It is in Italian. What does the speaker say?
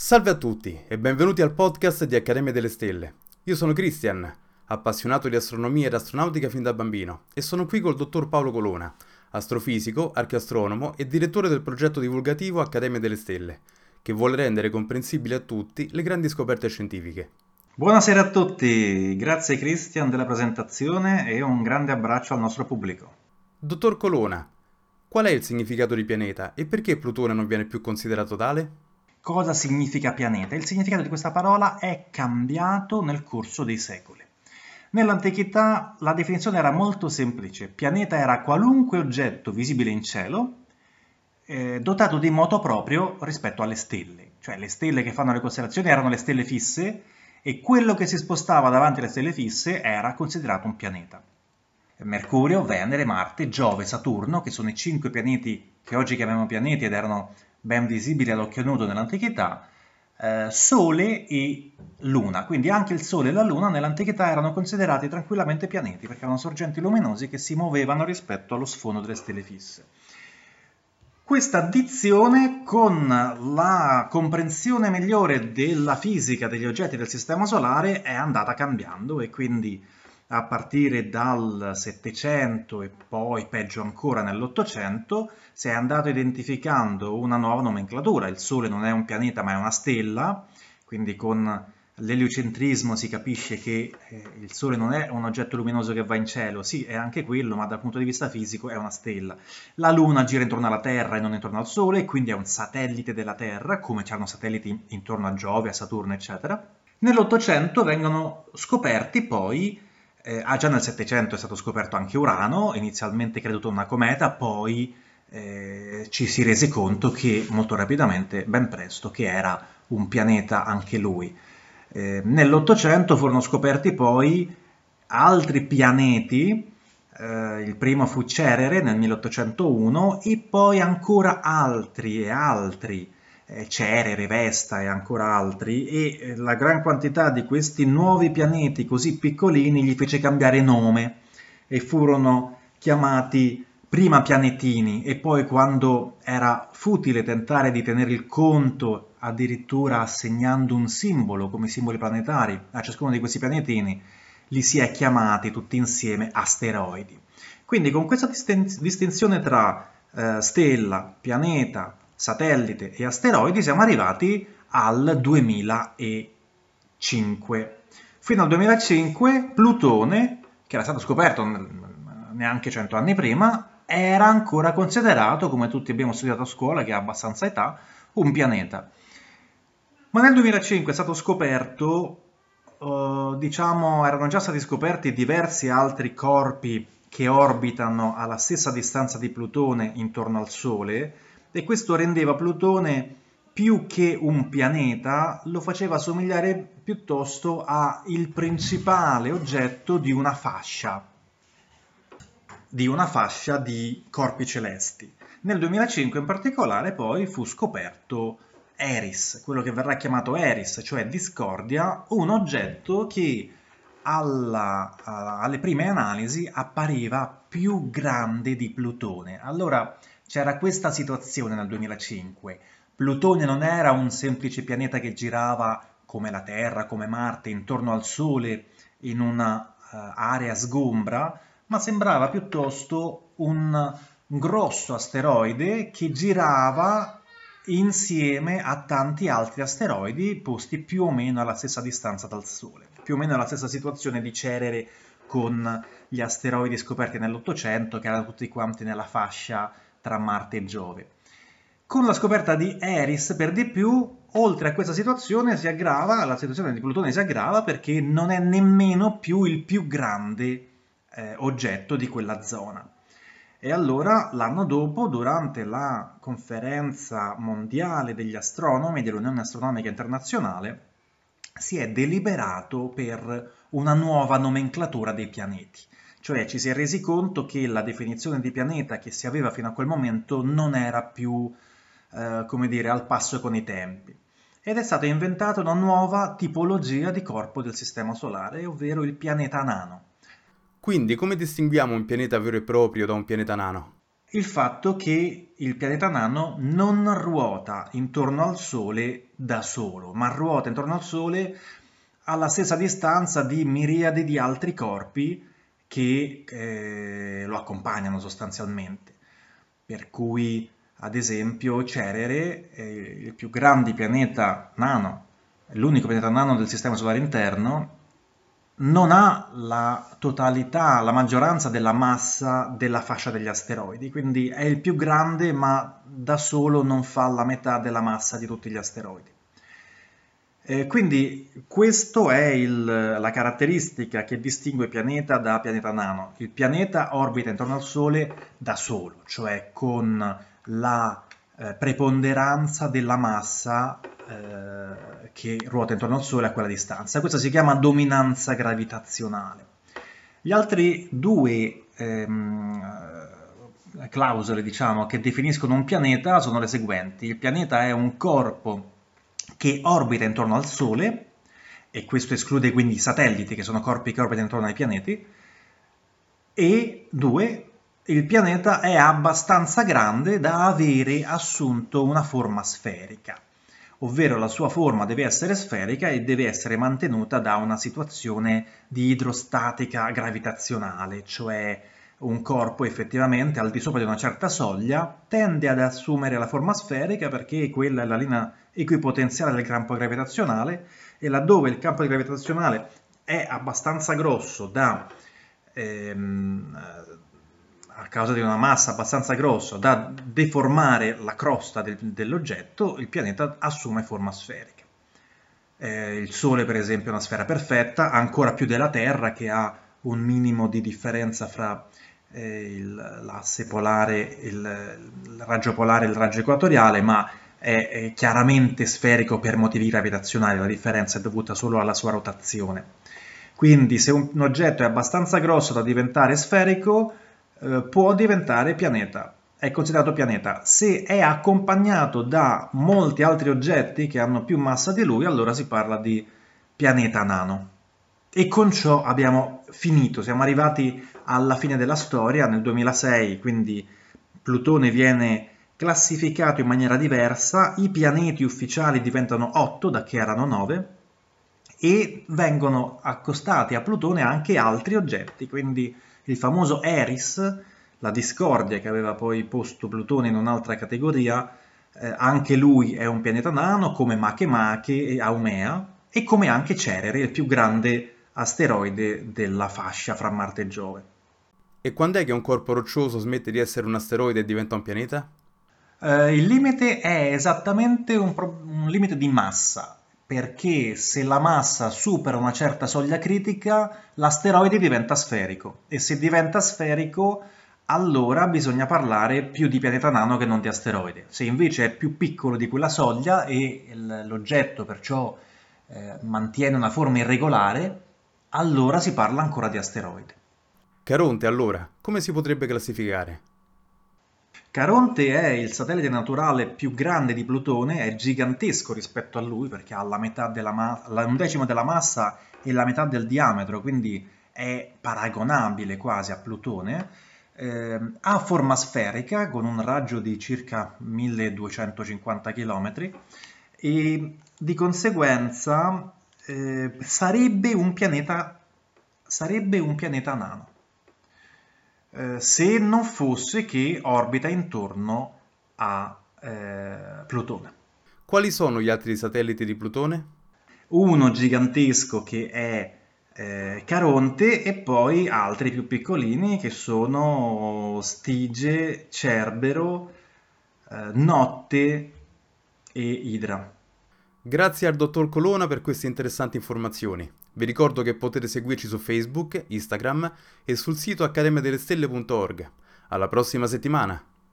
Salve a tutti e benvenuti al podcast di Accademia delle Stelle. Io sono Christian, appassionato di astronomia ed astronautica fin da bambino e sono qui col dottor Paolo Colona, astrofisico, archiastronomo e direttore del progetto divulgativo Accademia delle Stelle, che vuole rendere comprensibili a tutti le grandi scoperte scientifiche. Buonasera a tutti, grazie Christian della presentazione e un grande abbraccio al nostro pubblico. Dottor Colona, qual è il significato di pianeta e perché Plutone non viene più considerato tale? Cosa significa pianeta? Il significato di questa parola è cambiato nel corso dei secoli. Nell'antichità la definizione era molto semplice. Pianeta era qualunque oggetto visibile in cielo dotato di moto proprio rispetto alle stelle. Cioè le stelle che fanno le costellazioni erano le stelle fisse e quello che si spostava davanti alle stelle fisse era considerato un pianeta. Mercurio, Venere, Marte, Giove, Saturno, che sono i 5 pianeti che oggi chiamiamo pianeti ed erano ben visibili all'occhio nudo nell'antichità, Sole e Luna. Quindi anche il Sole e la Luna nell'antichità erano considerati tranquillamente pianeti perché erano sorgenti luminosi che si muovevano rispetto allo sfondo delle stelle fisse. Questa addizione con la comprensione migliore della fisica degli oggetti del Sistema Solare è andata cambiando e quindi a partire dal Settecento e poi peggio ancora nell'Ottocento si è andato identificando una nuova nomenclatura. Il Sole non è un pianeta ma è una stella, quindi con l'eliocentrismo si capisce che il Sole non è un oggetto luminoso che va in cielo, sì è anche quello ma dal punto di vista fisico è una stella. La Luna gira intorno alla Terra e non intorno al Sole, quindi è un satellite della Terra, come c'erano satelliti intorno a Giove, a Saturno eccetera. Nell'Ottocento vengono scoperti poi già nel Settecento è stato scoperto anche Urano, inizialmente creduto una cometa, poi ci si rese conto che molto rapidamente, ben presto, che era un pianeta anche lui. Nell'Ottocento furono scoperti poi altri pianeti, il primo fu Cerere nel 1801 e poi ancora altri e altri Cerere, Vesta e ancora altri, e la gran quantità di questi nuovi pianeti così piccolini gli fece cambiare nome e furono chiamati prima pianetini e poi quando era futile tentare di tenere il conto addirittura assegnando un simbolo come simboli planetari a ciascuno di questi pianetini, li si è chiamati tutti insieme asteroidi. Quindi con questa distinzione tra stella, pianeta, satellite e asteroidi siamo arrivati al 2005. Fino al 2005 Plutone, che era stato scoperto neanche 100 anni prima, era ancora considerato, come tutti abbiamo studiato a scuola, che ha abbastanza età, un pianeta. Ma nel 2005 è stato scoperto, erano già stati scoperti diversi altri corpi che orbitano alla stessa distanza di Plutone intorno al Sole, e questo rendeva Plutone più che un pianeta, lo faceva somigliare piuttosto al principale oggetto di una fascia di corpi celesti. Nel 2005 in particolare poi fu scoperto Eris, quello che verrà chiamato Eris, cioè Discordia, un oggetto che alle prime analisi appariva più grande di Plutone. Allora c'era questa situazione nel 2005. Plutone non era un semplice pianeta che girava come la Terra, come Marte, intorno al Sole in una area sgombra, ma sembrava piuttosto un grosso asteroide che girava insieme a tanti altri asteroidi posti più o meno alla stessa distanza dal Sole, più o meno alla stessa situazione di Cerere con gli asteroidi scoperti nell'Ottocento, che erano tutti quanti nella fascia tra Marte e Giove. Con la scoperta di Eris, per di più, oltre a questa situazione la situazione di Plutone si aggrava perché non è nemmeno più il più grande oggetto di quella zona. E allora l'anno dopo, durante la conferenza mondiale degli astronomi dell'Unione Astronomica Internazionale, si è deliberato per una nuova nomenclatura dei pianeti. Cioè ci si è resi conto che la definizione di pianeta che si aveva fino a quel momento non era più, al passo con i tempi. Ed è stata inventata una nuova tipologia di corpo del Sistema Solare, ovvero il pianeta nano. Quindi come distinguiamo un pianeta vero e proprio da un pianeta nano? Il fatto che il pianeta nano non ruota intorno al Sole da solo, ma ruota intorno al Sole alla stessa distanza di miriadi di altri corpi che lo accompagnano sostanzialmente. Per cui, ad esempio, Cerere, il più grande pianeta nano, l'unico pianeta nano del Sistema Solare Interno, non ha la totalità, la maggioranza della massa della fascia degli asteroidi, quindi è il più grande, ma da solo non fa la metà della massa di tutti gli asteroidi. Quindi questa è la caratteristica che distingue pianeta da pianeta nano. Il pianeta orbita intorno al Sole da solo, cioè con la preponderanza della massa che ruota intorno al Sole a quella distanza. Questa si chiama dominanza gravitazionale. Gli altri due clausole, diciamo, che definiscono un pianeta sono le seguenti. Il pianeta è un corpo che orbita intorno al Sole, e questo esclude quindi i satelliti, che sono corpi che orbitano intorno ai pianeti, e due, il pianeta è abbastanza grande da avere assunto una forma sferica, ovvero la sua forma deve essere sferica e deve essere mantenuta da una situazione di idrostatica gravitazionale, cioè un corpo effettivamente al di sopra di una certa soglia tende ad assumere la forma sferica perché quella è la linea equipotenziale del campo gravitazionale, e laddove il campo gravitazionale è abbastanza grosso a causa di una massa abbastanza grossa da deformare la crosta dell'oggetto, il pianeta assume forma sferica. Il Sole, per esempio, è una sfera perfetta, ancora più della Terra, che ha un minimo di differenza fra l'asse polare, il raggio polare e il raggio equatoriale, ma è chiaramente sferico per motivi gravitazionali, la differenza è dovuta solo alla sua rotazione. Quindi se un oggetto è abbastanza grosso da diventare sferico, può diventare pianeta, è considerato pianeta. Se è accompagnato da molti altri oggetti che hanno più massa di lui, allora si parla di pianeta nano. E con ciò abbiamo finito, siamo arrivati alla fine della storia, nel 2006, quindi Plutone viene classificato in maniera diversa, i pianeti ufficiali diventano 8 da che erano 9 e vengono accostati a Plutone anche altri oggetti, quindi il famoso Eris, la discordia che aveva poi posto Plutone in un'altra categoria, anche lui è un pianeta nano come Makemake e Haumea, e come anche Cerere, il più grande asteroide della fascia fra Marte e Giove. E quando è che un corpo roccioso smette di essere un asteroide e diventa un pianeta? Il limite è esattamente un limite di massa, perché se la massa supera una certa soglia critica, l'asteroide diventa sferico, e se diventa sferico, allora bisogna parlare più di pianeta nano che non di asteroide. Se invece è più piccolo di quella soglia e l'oggetto perciò mantiene una forma irregolare, allora si parla ancora di asteroide. Caronte, allora, come si potrebbe classificare? Caronte è il satellite naturale più grande di Plutone, è gigantesco rispetto a lui perché ha un decimo della massa e la metà del diametro, quindi è paragonabile quasi a Plutone. Ha forma sferica con un raggio di circa 1250 km e di conseguenza sarebbe un pianeta nano. Se non fosse che orbita intorno a Plutone. Quali sono gli altri satelliti di Plutone? Uno gigantesco che è Caronte e poi altri più piccolini che sono Stige, Cerbero, Notte e Idra. Grazie al dottor Colona per queste interessanti informazioni. Vi ricordo che potete seguirci su Facebook, Instagram e sul sito accademiadelestelle.org. Alla prossima settimana!